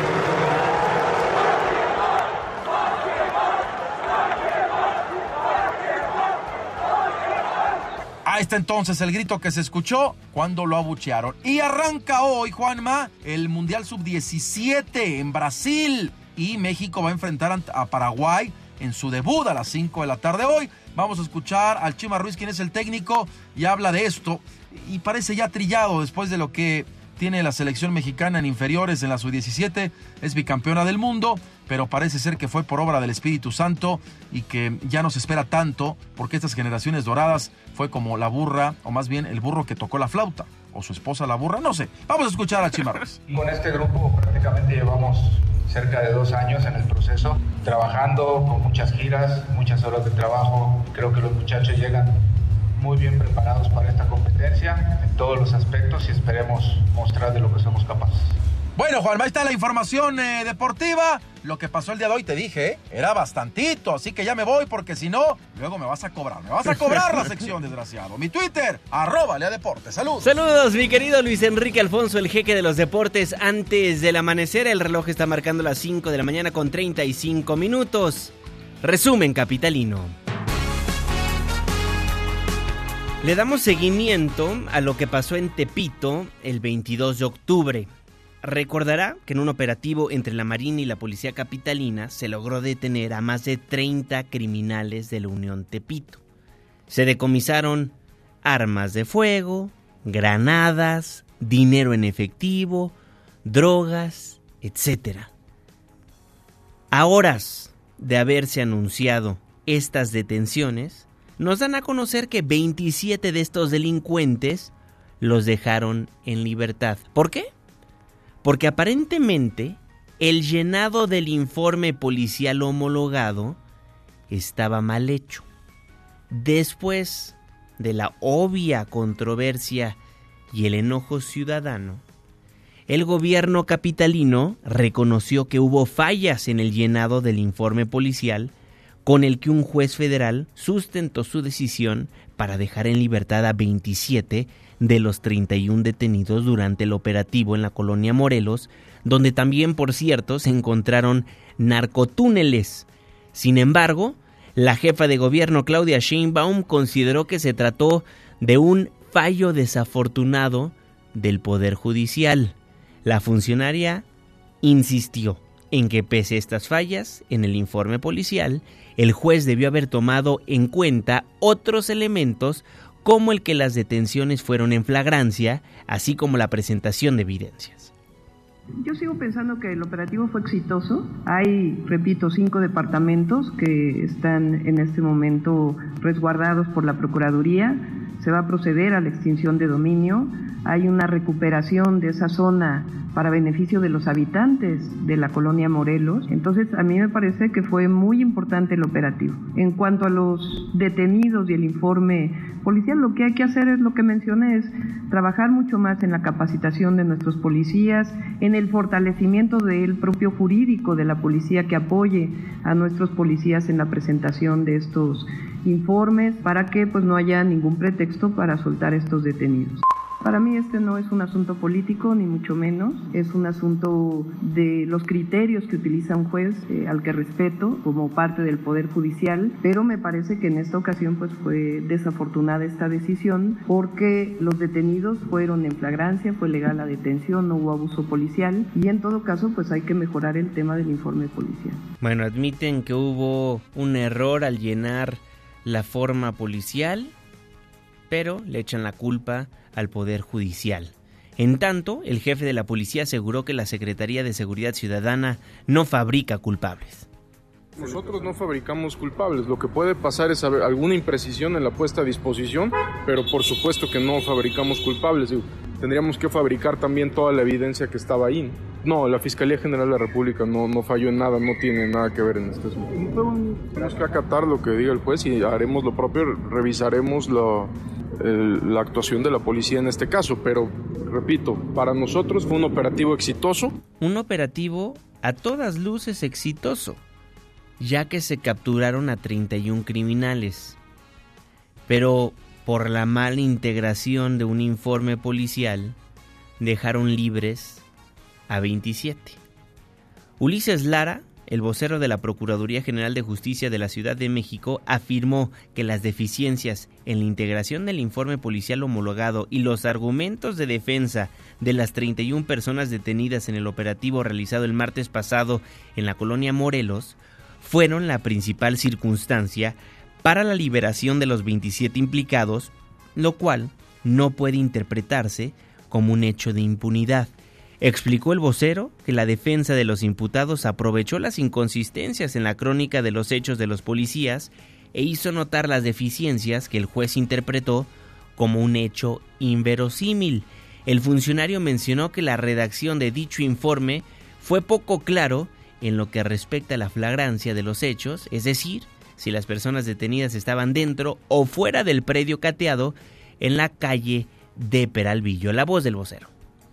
Ahí está entonces el grito que se escuchó cuando lo abuchearon. Y arranca hoy, Juanma, el Mundial sub diecisiete en Brasil. Y México va a enfrentar a Paraguay en su debut a las cinco de la tarde hoy. Vamos a escuchar al Chima Ruiz, quien es el técnico, y habla de esto. Y parece ya trillado después de lo que tiene la selección mexicana en inferiores en la sub diecisiete. Es bicampeona del mundo, pero parece ser que fue por obra del Espíritu Santo y que ya no se espera tanto, porque estas generaciones doradas fue como la burra, o más bien el burro que tocó la flauta, o su esposa la burra, no sé. Vamos a escuchar a Chima Ruiz. Con este grupo prácticamente llevamos cerca de dos años en el proceso, trabajando con muchas giras, muchas horas de trabajo. Creo que los muchachos llegan muy bien preparados para esta competencia en todos los aspectos, y esperemos mostrar de lo que somos capaces. Bueno, Juan, ahí está la información eh, deportiva. Lo que pasó el día de hoy, te dije, ¿eh? Era bastantito, así que ya me voy, porque si no, luego me vas a cobrar. Me vas a cobrar la sección, desgraciado. Mi Twitter, arroba Lea Deportes. Saludos. Saludos, mi querido Luis Enrique Alfonso, el jeque de los deportes. Antes del amanecer, el reloj está marcando las cinco de la mañana con treinta y cinco minutos. Resumen capitalino. Le damos seguimiento a lo que pasó en Tepito el veintidós de octubre. Recordará que en un operativo entre la Marina y la Policía Capitalina se logró detener a más de treinta criminales de la Unión Tepito. Se decomisaron armas de fuego, granadas, dinero en efectivo, drogas, etcétera. A horas de haberse anunciado estas detenciones, nos dan a conocer que veintisiete de estos delincuentes los dejaron en libertad. ¿Por qué? Porque aparentemente el llenado del informe policial homologado estaba mal hecho. Después de la obvia controversia y el enojo ciudadano, el gobierno capitalino reconoció que hubo fallas en el llenado del informe policial, con el que un juez federal sustentó su decisión para dejar en libertad a veintisiete de los treinta y uno detenidos durante el operativo en la colonia Morelos, donde también, por cierto, se encontraron narcotúneles. Sin embargo, la jefa de gobierno Claudia Sheinbaum consideró que se trató de un fallo desafortunado del Poder Judicial. La funcionaria insistió en que pese a estas fallas en el informe policial, el juez debió haber tomado en cuenta otros elementos como el que las detenciones fueron en flagrancia, así como la presentación de evidencias. Yo sigo pensando que el operativo fue exitoso. Hay, repito, cinco departamentos que están en este momento resguardados por la Procuraduría. Se va a proceder a la extinción de dominio. Hay una recuperación de esa zona para beneficio de los habitantes de la colonia Morelos. Entonces, a mí me parece que fue muy importante el operativo. En cuanto a los detenidos y el informe policial, lo que hay que hacer es lo que mencioné, es trabajar mucho más en la capacitación de nuestros policías, en el fortalecimiento del propio jurídico de la policía que apoye a nuestros policías en la presentación de estos informes, para que pues no haya ningún pretexto para soltar estos detenidos. Para mí este no es un asunto político, ni mucho menos. Es un asunto de los criterios que utiliza un juez, eh, al que respeto como parte del Poder Judicial, pero me parece que en esta ocasión pues fue desafortunada esta decisión, porque los detenidos fueron en flagrancia, fue legal la detención, no hubo abuso policial, y en todo caso pues hay que mejorar el tema del informe policial. Bueno, admiten que hubo un error al llenar la forma policial, pero le echan la culpa al Poder Judicial. En tanto, el jefe de la policía aseguró que la Secretaría de Seguridad Ciudadana no fabrica culpables. Nosotros no fabricamos culpables, lo que puede pasar es alguna imprecisión en la puesta a disposición, pero por supuesto que no fabricamos culpables. Tendríamos que fabricar también toda la evidencia que estaba ahí. No, la Fiscalía General de la República no, no falló en nada, no tiene nada que ver en este asunto. Tenemos que acatar lo que diga el juez y haremos lo propio, revisaremos lo, el, la actuación de la policía en este caso, pero repito, para nosotros fue un operativo exitoso. Un operativo a todas luces exitoso, ya que se capturaron a treinta y un criminales, pero por la mala integración de un informe policial, dejaron libres a veintisiete. Ulises Lara, el vocero de la Procuraduría General de Justicia de la Ciudad de México, afirmó que las deficiencias en la integración del informe policial homologado y los argumentos de defensa de las treinta y una personas detenidas en el operativo realizado el martes pasado en la colonia Morelos fueron la principal circunstancia para la liberación de los veintisiete implicados, lo cual no puede interpretarse como un hecho de impunidad. Explicó el vocero que la defensa de los imputados aprovechó las inconsistencias en la crónica de los hechos de los policías e hizo notar las deficiencias que el juez interpretó como un hecho inverosímil. El funcionario mencionó que la redacción de dicho informe fue poco claro en lo que respecta a la flagrancia de los hechos, es decir, si las personas detenidas estaban dentro o fuera del predio cateado en la calle de Peralvillo. La voz del vocero.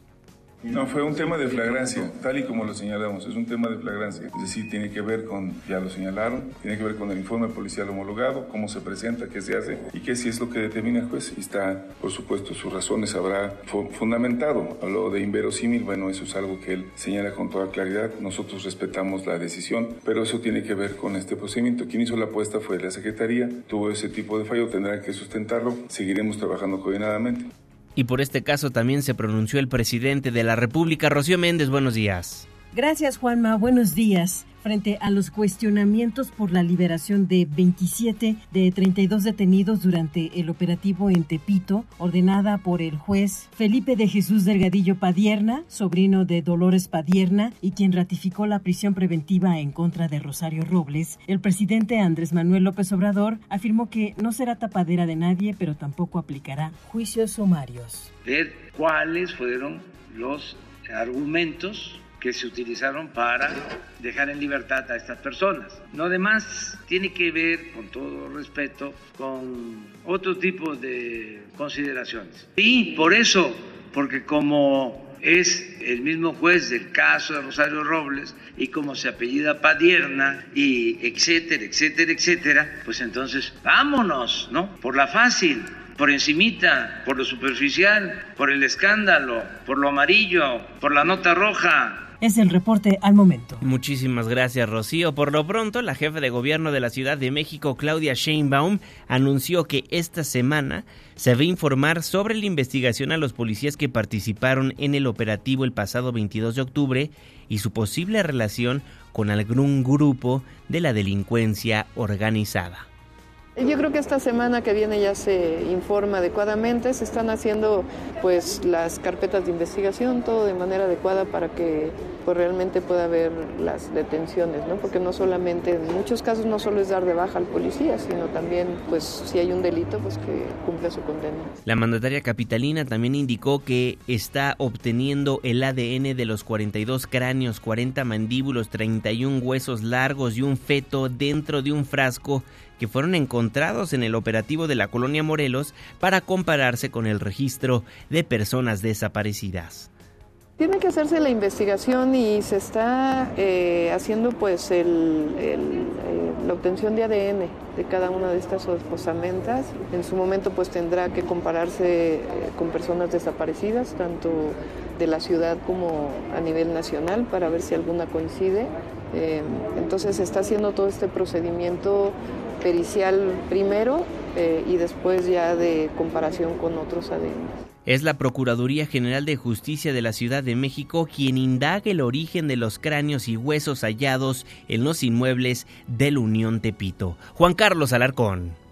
No, fue un tema de flagrancia, tal y como lo señalamos, es un tema de flagrancia. Es decir, tiene que ver con, ya lo señalaron, tiene que ver con el informe policial homologado, cómo se presenta, qué se hace y qué si es lo que determina el juez. Y está, por supuesto, sus razones habrá fundamentado. Habló de inverosímil, bueno, eso es algo que él señala con toda claridad. Nosotros respetamos la decisión, pero eso tiene que ver con este procedimiento. Quien hizo la apuesta fue la Secretaría, tuvo ese tipo de fallo, tendrá que sustentarlo, seguiremos trabajando coordinadamente. Y por este caso también se pronunció el presidente de la República, Rocío Méndez. Buenos días. Gracias, Juanma. Buenos días. Frente a los cuestionamientos por la liberación de veintisiete de treinta y dos detenidos durante el operativo en Tepito, ordenada por el juez Felipe de Jesús Delgadillo Padierna, sobrino de Dolores Padierna, y quien ratificó la prisión preventiva en contra de Rosario Robles, el presidente Andrés Manuel López Obrador afirmó que no será tapadera de nadie, pero tampoco aplicará juicios sumarios. Ver cuáles fueron los argumentos que se utilizaron para dejar en libertad a estas personas. Lo demás tiene que ver, con todo respeto, con otro tipo de consideraciones. Y por eso, porque como es el mismo juez del caso de Rosario Robles y como se apellida Padierna y etcétera, etcétera, etcétera, pues entonces vámonos, ¿no? Por la fácil, por encimita, por lo superficial, por el escándalo, por lo amarillo, por la nota roja. Es el reporte al momento. Muchísimas gracias, Rocío. Por lo pronto, la jefa de gobierno de la Ciudad de México, Claudia Sheinbaum, anunció que esta semana se va a informar sobre la investigación a los policías que participaron en el operativo el pasado veintidós de octubre y su posible relación con algún grupo de la delincuencia organizada. Yo creo que esta semana que viene ya se informa adecuadamente, se están haciendo pues las carpetas de investigación, todo de manera adecuada para que pues realmente pueda haber las detenciones, ¿no? Porque no solamente, en muchos casos no solo es dar de baja al policía, sino también pues si hay un delito pues que cumpla su condena. La mandataria capitalina también indicó que está obteniendo el A D N de los cuarenta y dos cráneos, cuarenta mandíbulos, treinta y un huesos largos y un feto dentro de un frasco que fueron encontrados en el operativo de la colonia Morelos para compararse con el registro de personas desaparecidas. Tiene que hacerse la investigación y se está eh, haciendo pues el, el, eh, la obtención de A D N de cada una de estas osamentas. En su momento pues tendrá que compararse eh, con personas desaparecidas, tanto de la ciudad como a nivel nacional, para ver si alguna coincide. Eh, entonces se está haciendo todo este procedimiento pericial primero eh, y después ya de comparación con otros A D N. Es la Procuraduría General de Justicia de la Ciudad de México quien indaga el origen de los cráneos y huesos hallados en los inmuebles del Unión Tepito. Juan Carlos Alarcón.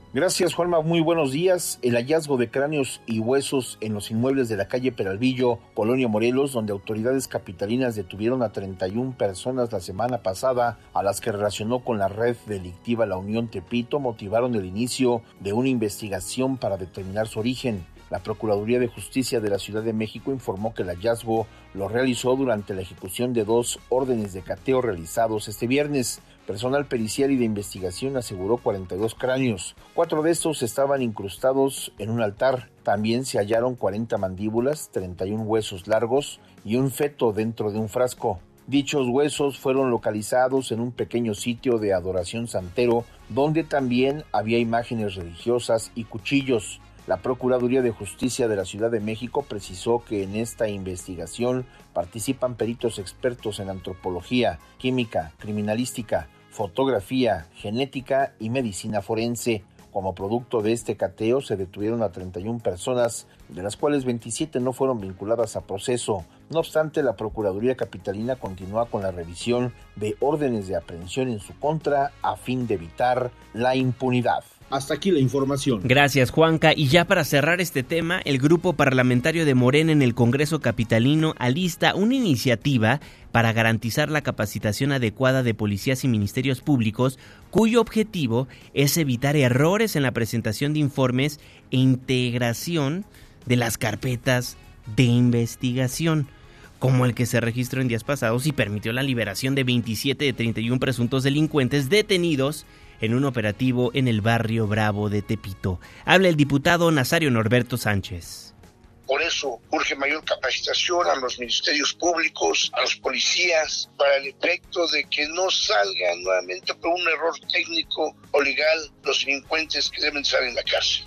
Gracias, Juanma. Muy buenos días. El hallazgo de cráneos y huesos en los inmuebles de la calle Peralvillo, Colonia Morelos, donde autoridades capitalinas detuvieron a treinta y una personas la semana pasada, a las que relacionó con la red delictiva La Unión Tepito, motivaron el inicio de una investigación para determinar su origen. La Procuraduría de Justicia de la Ciudad de México informó que el hallazgo lo realizó durante la ejecución de dos órdenes de cateo realizados este viernes. Personal pericial y de investigación aseguró cuarenta y dos cráneos. Cuatro de estos estaban incrustados en un altar. También se hallaron cuarenta mandíbulas, treinta y un huesos largos y un feto dentro de un frasco. Dichos huesos fueron localizados en un pequeño sitio de adoración santero, donde también había imágenes religiosas y cuchillos. La Procuraduría de Justicia de la Ciudad de México precisó que en esta investigación participan peritos expertos en antropología, química, criminalística, fotografía, genética y medicina forense. Como producto de este cateo se detuvieron a treinta y una personas, de las cuales veintisiete no fueron vinculadas a proceso. No obstante, la Procuraduría Capitalina continúa con la revisión de órdenes de aprehensión en su contra a fin de evitar la impunidad. Hasta aquí la información. Gracias, Juanca. Y ya para cerrar este tema, el grupo parlamentario de Morena en el Congreso Capitalino alista una iniciativa para garantizar la capacitación adecuada de policías y ministerios públicos, cuyo objetivo es evitar errores en la presentación de informes e integración de las carpetas de investigación, como el que se registró en días pasados y permitió la liberación de veintisiete de treinta y un presuntos delincuentes detenidos en un operativo en el barrio Bravo de Tepito. Habla el diputado Nazario Norberto Sánchez. Por eso urge mayor capacitación a los ministerios públicos, a los policías, para el efecto de que no salgan nuevamente por un error técnico o legal los delincuentes que deben estar en la cárcel.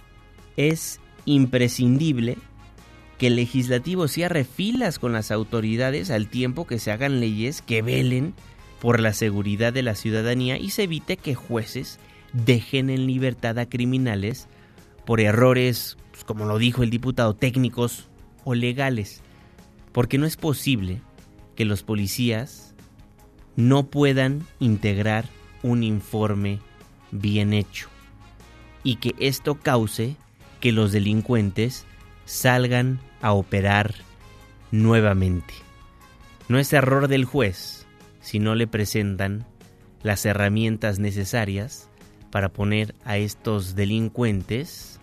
Es imprescindible que el legislativo cierre filas con las autoridades al tiempo que se hagan leyes que velen por la seguridad de la ciudadanía y se evite que jueces dejen en libertad a criminales por errores, pues, como lo dijo el diputado, técnicos o legales. Porque no es posible que los policías no puedan integrar un informe bien hecho y que esto cause que los delincuentes salgan a operar nuevamente. No es error del juez si no le presentan las herramientas necesarias para poner a estos delincuentes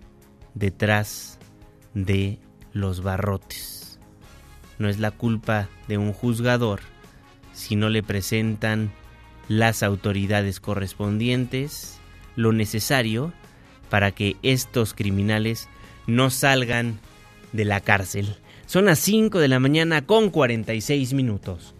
detrás de los barrotes. No es la culpa de un juzgador si no le presentan las autoridades correspondientes lo necesario para que estos criminales no salgan de la cárcel. Son las cinco de la mañana con cuarenta y seis minutos.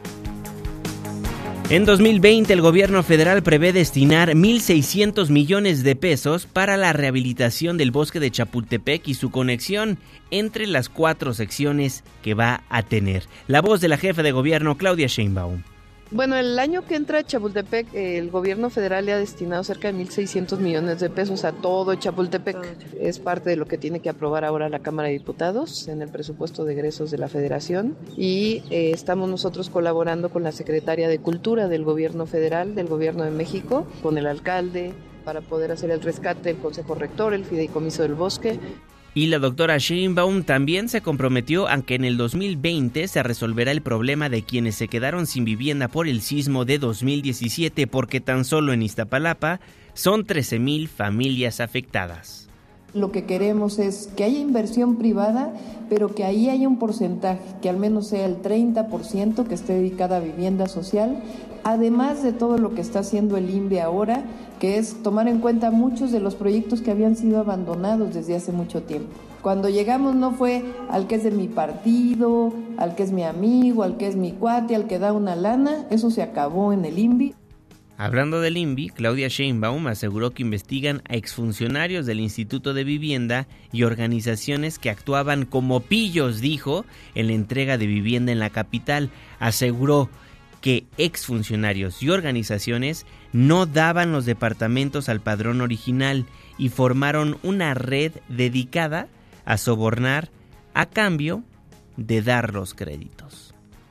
En dos mil veinte el gobierno federal prevé destinar mil seiscientos millones de pesos para la rehabilitación del bosque de Chapultepec y su conexión entre las cuatro secciones que va a tener. La voz de la jefa de gobierno, Claudia Sheinbaum. Bueno, el año que entra Chapultepec, el gobierno federal le ha destinado cerca de mil seiscientos millones de pesos a todo Chapultepec. Es parte de lo que tiene que aprobar ahora la Cámara de Diputados en el presupuesto de egresos de la Federación. Y eh, estamos nosotros colaborando con la Secretaria de Cultura del gobierno federal, del gobierno de México, con el alcalde, para poder hacer el rescate del Consejo Rector, el Fideicomiso del Bosque. Y la doctora Sheinbaum también se comprometió a que en el dos mil veinte se resolverá el problema de quienes se quedaron sin vivienda por el sismo de dos mil diecisiete, porque tan solo en Iztapalapa son trece mil familias afectadas. Lo que queremos es que haya inversión privada, pero que ahí haya un porcentaje, que al menos sea el treinta por ciento que esté dedicada a vivienda social, además de todo lo que está haciendo el I N V I ahora, que es tomar en cuenta muchos de los proyectos que habían sido abandonados desde hace mucho tiempo. Cuando llegamos no fue al que es de mi partido, al que es mi amigo, al que es mi cuate, al que da una lana, eso se acabó en el I N V I. Hablando del I N V I, Claudia Sheinbaum aseguró que investigan a exfuncionarios del Instituto de Vivienda y organizaciones que actuaban como pillos, dijo, en la entrega de vivienda en la capital. Aseguró que exfuncionarios y organizaciones no daban los departamentos al padrón original y formaron una red dedicada a sobornar a cambio de dar los créditos.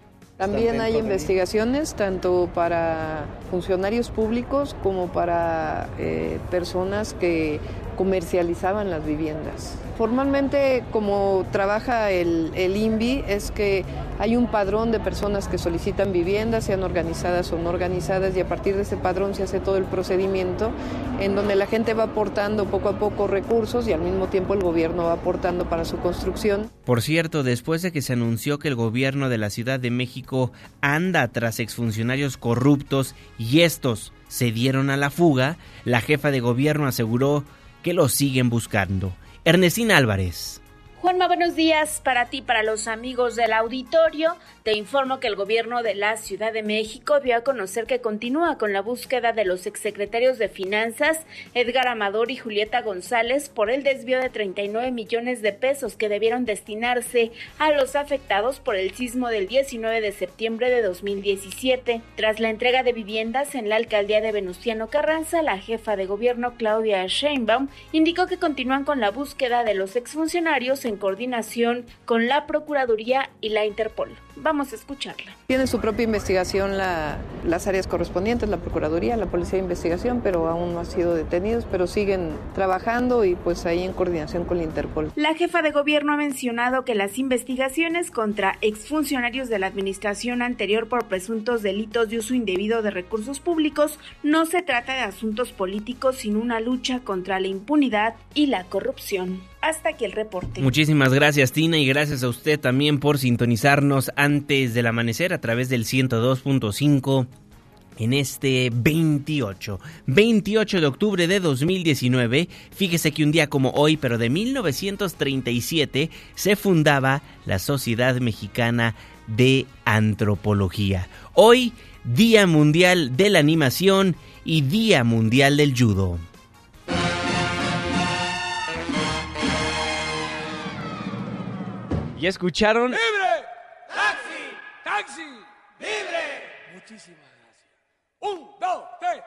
También hay investigaciones tanto para funcionarios públicos como para eh, personas que comercializaban las viviendas. Formalmente, como trabaja el, el I N V I, es que hay un padrón de personas que solicitan viviendas, sean organizadas o no organizadas, y a partir de ese padrón se hace todo el procedimiento en donde la gente va aportando poco a poco recursos y al mismo tiempo el gobierno va aportando para su construcción. Por cierto, después de que se anunció que el gobierno de la Ciudad de México anda tras exfuncionarios corruptos y estos se dieron a la fuga, la jefa de gobierno aseguró que los siguen buscando. Ernestina Álvarez. Juanma, buenos días para ti, para los amigos del auditorio. Te informo que el gobierno de la Ciudad de México dio a conocer que continúa con la búsqueda de los exsecretarios de Finanzas, Edgar Amador y Julieta González, por el desvío de treinta y nueve millones de pesos que debieron destinarse a los afectados por el sismo del diecinueve de septiembre de dos mil diecisiete. Tras la entrega de viviendas en la alcaldía de Venustiano Carranza, la jefa de gobierno, Claudia Sheinbaum, indicó que continúan con la búsqueda de los exfuncionarios en en coordinación con la Procuraduría y la Interpol. Vamos a escucharla. Tiene su propia investigación la, las áreas correspondientes, la Procuraduría, la Policía de Investigación, pero aún no han sido detenidos, pero siguen trabajando y pues ahí en coordinación con la Interpol. La jefa de gobierno ha mencionado que las investigaciones contra exfuncionarios de la administración anterior por presuntos delitos de uso indebido de recursos públicos no se trata de asuntos políticos, sino una lucha contra la impunidad y la corrupción. Hasta aquí el reporte. Muchísimas gracias, Tina, y gracias a usted también por sintonizarnos antes del amanecer a través del ciento dos punto cinco en este veintiocho de octubre de dos mil diecinueve. Fíjese que un día como hoy, pero de mil novecientos treinta y siete, se fundaba la Sociedad Mexicana de Antropología. Hoy, Día Mundial de la Animación y Día Mundial del Judo. ¿Ya escucharon? ¡Libre! ¡Taxi! ¡Taxi! ¡Libre! Muchísimas gracias. Un, dos,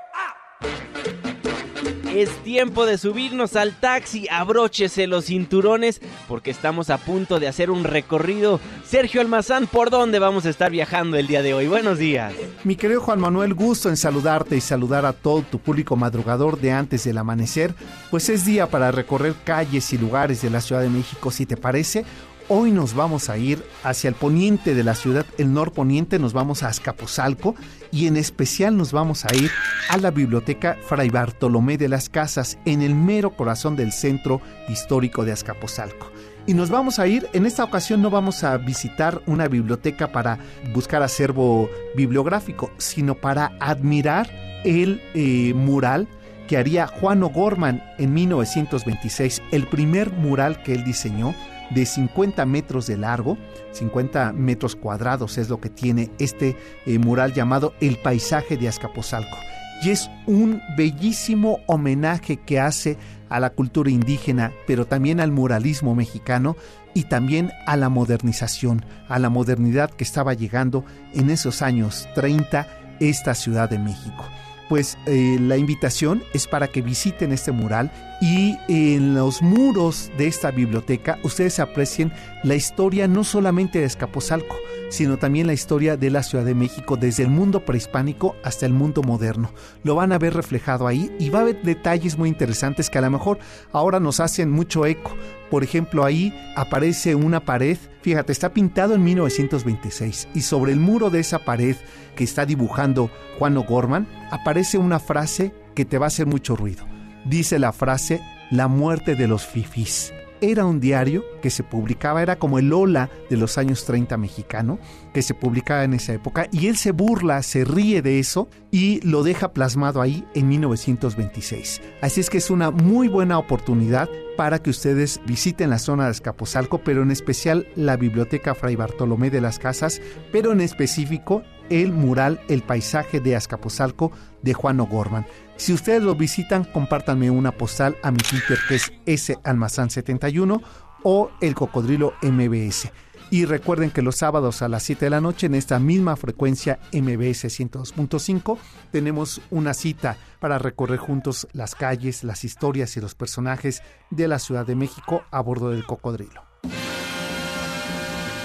tres, ¡ah! Es tiempo de subirnos al taxi. Abróchese los cinturones porque estamos a punto de hacer un recorrido. Sergio Almazán, ¿por dónde vamos a estar viajando el día de hoy? Buenos días. Mi querido Juan Manuel, gusto en saludarte y saludar a todo tu público madrugador de antes del amanecer. Pues es día para recorrer calles y lugares de la Ciudad de México, si te parece. Hoy nos vamos a ir hacia el poniente de la ciudad, el norponiente, nos vamos a Azcapotzalco y en especial nos vamos a ir a la Biblioteca Fray Bartolomé de las Casas, en el mero corazón del centro histórico de Azcapotzalco. Y nos vamos a ir, en esta ocasión no vamos a visitar una biblioteca para buscar acervo bibliográfico, sino para admirar el eh, mural que haría Juan O'Gorman en mil novecientos veintiséis, el primer mural que él diseñó, de cincuenta metros de largo, cincuenta metros cuadrados es lo que tiene este eh, mural llamado El Paisaje de Azcapotzalco. Y es un bellísimo homenaje que hace a la cultura indígena, pero también al muralismo mexicano y también a la modernización, a la modernidad que estaba llegando en esos años treinta esta Ciudad de México. Pues eh, la invitación es para que visiten este mural y en los muros de esta biblioteca ustedes aprecien la historia no solamente de Azcapotzalco, sino también la historia de la Ciudad de México desde el mundo prehispánico hasta el mundo moderno. Lo van a ver reflejado ahí y va a haber detalles muy interesantes que a lo mejor ahora nos hacen mucho eco. Por ejemplo, ahí aparece una pared, fíjate, está pintado en mil novecientos veintiséis y sobre el muro de esa pared que está dibujando Juan O'Gorman aparece una frase que te va a hacer mucho ruido. Dice la frase, la muerte de los fifís. Era un diario que se publicaba, era como el Ola de los años treinta mexicano, que se publicaba en esa época, y él se burla, se ríe de eso y lo deja plasmado ahí en mil novecientos veintiséis. Así es que es una muy buena oportunidad para que ustedes visiten la zona de Azcapotzalco, pero en especial la Biblioteca Fray Bartolomé de las Casas, pero en específico el mural El Paisaje de Azcapotzalco de Juan O'Gorman. Si ustedes lo visitan, compártanme una postal a mi Twitter, que es S Almazán setenta y uno, o el Cocodrilo M B S. Y recuerden que los sábados a las siete de la noche, en esta misma frecuencia M B S ciento dos punto cinco, tenemos una cita para recorrer juntos las calles, las historias y los personajes de la Ciudad de México a bordo del Cocodrilo.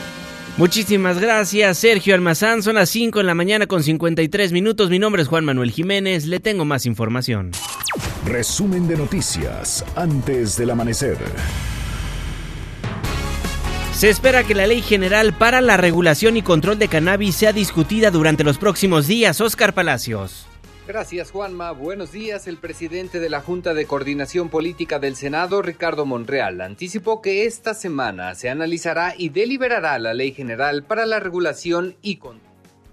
Muchísimas gracias, Sergio Almazán. Son las cinco en la mañana con cincuenta y tres minutos. Mi nombre es Juan Manuel Jiménez. Le tengo más información. Resumen de noticias antes del amanecer. Se espera que la Ley General para la Regulación y Control de Cannabis sea discutida durante los próximos días. Óscar Palacios. Gracias, Juanma. Buenos días. El presidente de la Junta de Coordinación Política del Senado, Ricardo Monreal, anticipó que esta semana se analizará y deliberará la Ley General para la Regulación y Control.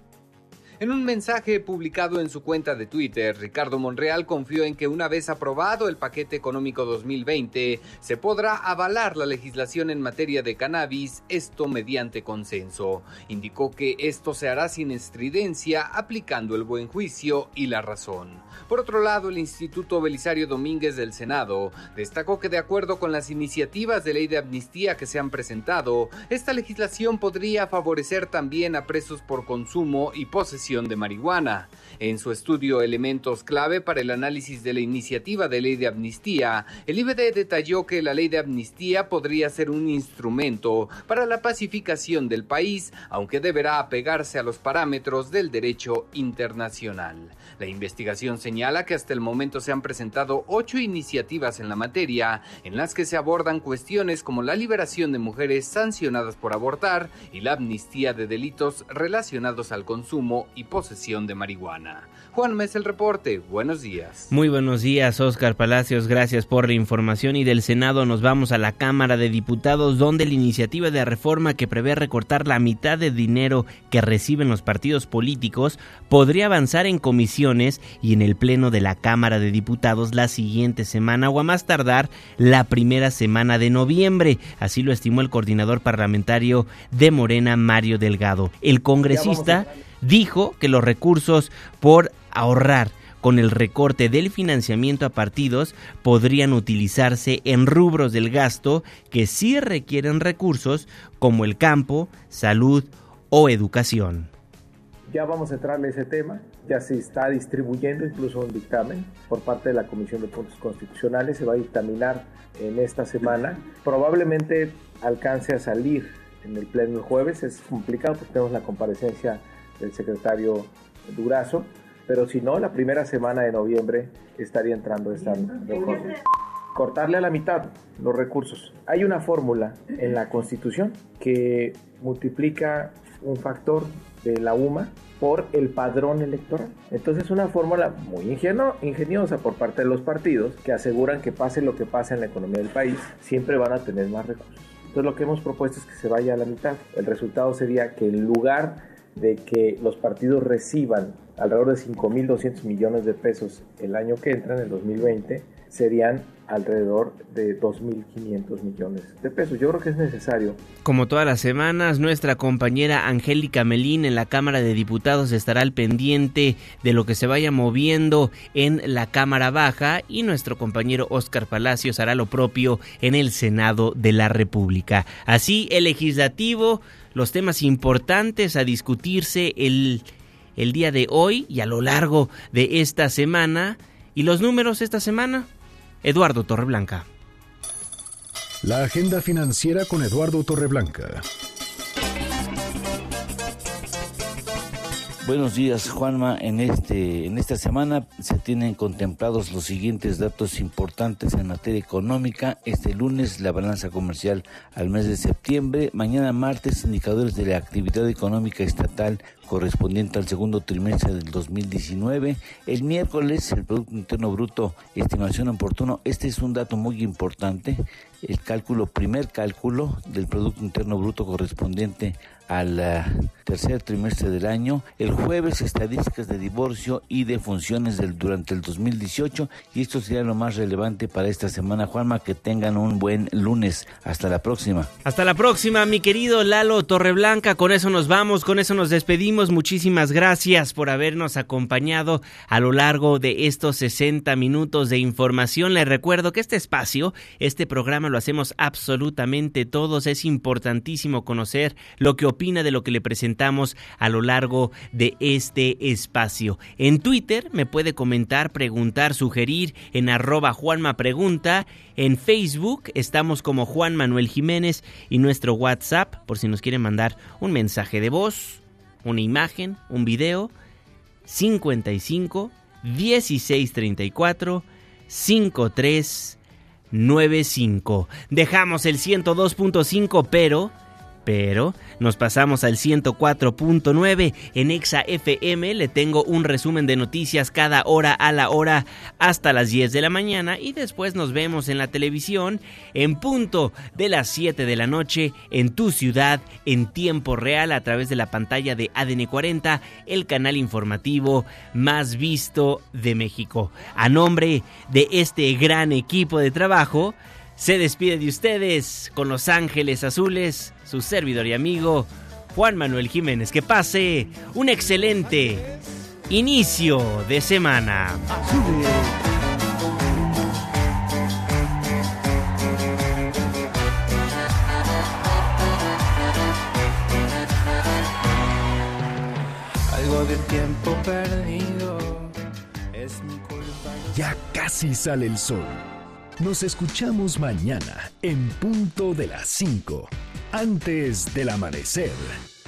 En un mensaje publicado en su cuenta de Twitter, Ricardo Monreal confió en que una vez aprobado el paquete económico dos mil veinte, se podrá avalar la legislación en materia de cannabis, esto mediante consenso. Indicó que esto se hará sin estridencia, aplicando el buen juicio y la razón. Por otro lado, el Instituto Belisario Domínguez del Senado destacó que de acuerdo con las iniciativas de ley de amnistía que se han presentado, esta legislación podría favorecer también a presos por consumo y posesión de marihuana. En su estudio Elementos clave para el análisis de la iniciativa de ley de amnistía, el I B D detalló que la ley de amnistía podría ser un instrumento para la pacificación del país, aunque deberá apegarse a los parámetros del derecho internacional. La investigación señala que hasta el momento se han presentado ocho iniciativas en la materia, en las que se abordan cuestiones como la liberación de mujeres sancionadas por abortar y la amnistía de delitos relacionados al consumo y posesión de marihuana. Juanma, es el reporte. Buenos días. Muy buenos días, Óscar Palacios. Gracias por la información. Y del Senado nos vamos a la Cámara de Diputados, donde la iniciativa de reforma que prevé recortar la mitad de dinero que reciben los partidos políticos podría avanzar en comisiones y en el Pleno de la Cámara de Diputados la siguiente semana o a más tardar la primera semana de noviembre. Así lo estimó el coordinador parlamentario de Morena, Mario Delgado. El congresista dijo que los recursos por ahorrar con el recorte del financiamiento a partidos podrían utilizarse en rubros del gasto que sí requieren recursos como el campo, salud o educación. Ya vamos a entrarle a ese tema, ya se está distribuyendo incluso un dictamen por parte de la Comisión de Puntos Constitucionales, se va a dictaminar en esta semana, probablemente alcance a salir en el pleno el jueves, es complicado porque tenemos la comparecencia del secretario Durazo, pero si no, la primera semana de noviembre estaría entrando esta reforma. Cortarle a la mitad los recursos. Hay una fórmula en la Constitución que multiplica un factor de la U M A por el padrón electoral. Entonces es una fórmula muy ingenio- ingeniosa por parte de los partidos que aseguran que pase lo que pase en la economía del país, siempre van a tener más recursos. Entonces lo que hemos propuesto es que se vaya a la mitad. El resultado sería que en lugar de que los partidos reciban alrededor de cinco mil doscientos millones de pesos el año que entra, en el dos mil veinte, serían alrededor de dos mil quinientos millones de pesos. Yo creo que es necesario. Como todas las semanas, nuestra compañera Angélica Melín en la Cámara de Diputados estará al pendiente de lo que se vaya moviendo en la Cámara Baja y nuestro compañero Óscar Palacios hará lo propio en el Senado de la República. Así, el legislativo, los temas importantes a discutirse el, el día de hoy y a lo largo de esta semana. ¿Y los números esta semana? Eduardo Torreblanca. La agenda financiera con Eduardo Torreblanca. Buenos días, Juanma. En este en esta semana se tienen contemplados los siguientes datos importantes en materia económica. Este lunes, la balanza comercial al mes de septiembre. Mañana, martes, indicadores de la actividad económica estatal correspondiente al segundo trimestre del dos mil diecinueve. El miércoles, el Producto Interno Bruto, estimación oportuno. Este es un dato muy importante. El cálculo, primer cálculo del Producto Interno Bruto correspondiente al uh, tercer trimestre del año. El jueves, estadísticas de divorcio y de funciones del, durante el dos mil dieciocho, y esto sería lo más relevante para esta semana. Juanma, que tengan un buen lunes. Hasta la próxima. Hasta la próxima, mi querido Lalo Torreblanca. Con eso nos vamos, con eso nos despedimos. Muchísimas gracias por habernos acompañado a lo largo de estos sesenta minutos de información. Les recuerdo que este espacio, este programa programa lo hacemos absolutamente todos. Es importantísimo conocer lo que opina de lo que le presentamos a lo largo de este espacio. En Twitter me puede comentar, preguntar, sugerir en arroba Juanma Pregunta. En Facebook estamos como Juan Manuel Jiménez y nuestro WhatsApp, por si nos quieren mandar un mensaje de voz, una imagen, un video, cincuenta y cinco, dieciséis treinta y cuatro, cincuenta y tres noventa y cinco. Dejamos el ciento dos punto cinco, pero... Pero nos pasamos al ciento cuatro punto nueve en Exa F M. Le tengo un resumen de noticias cada hora a la hora hasta las diez de la mañana y después nos vemos en la televisión en punto de las siete de la noche en tu ciudad en tiempo real a través de la pantalla de A D N cuarenta, el canal informativo más visto de México. A nombre de este gran equipo de trabajo, se despide de ustedes con Los Ángeles Azules, su servidor y amigo Juan Manuel Jiménez. Que pase un excelente inicio de semana. Algo del tiempo perdido es mi culpa. Ya casi sale el sol. Nos escuchamos mañana en punto de las cinco, antes del amanecer.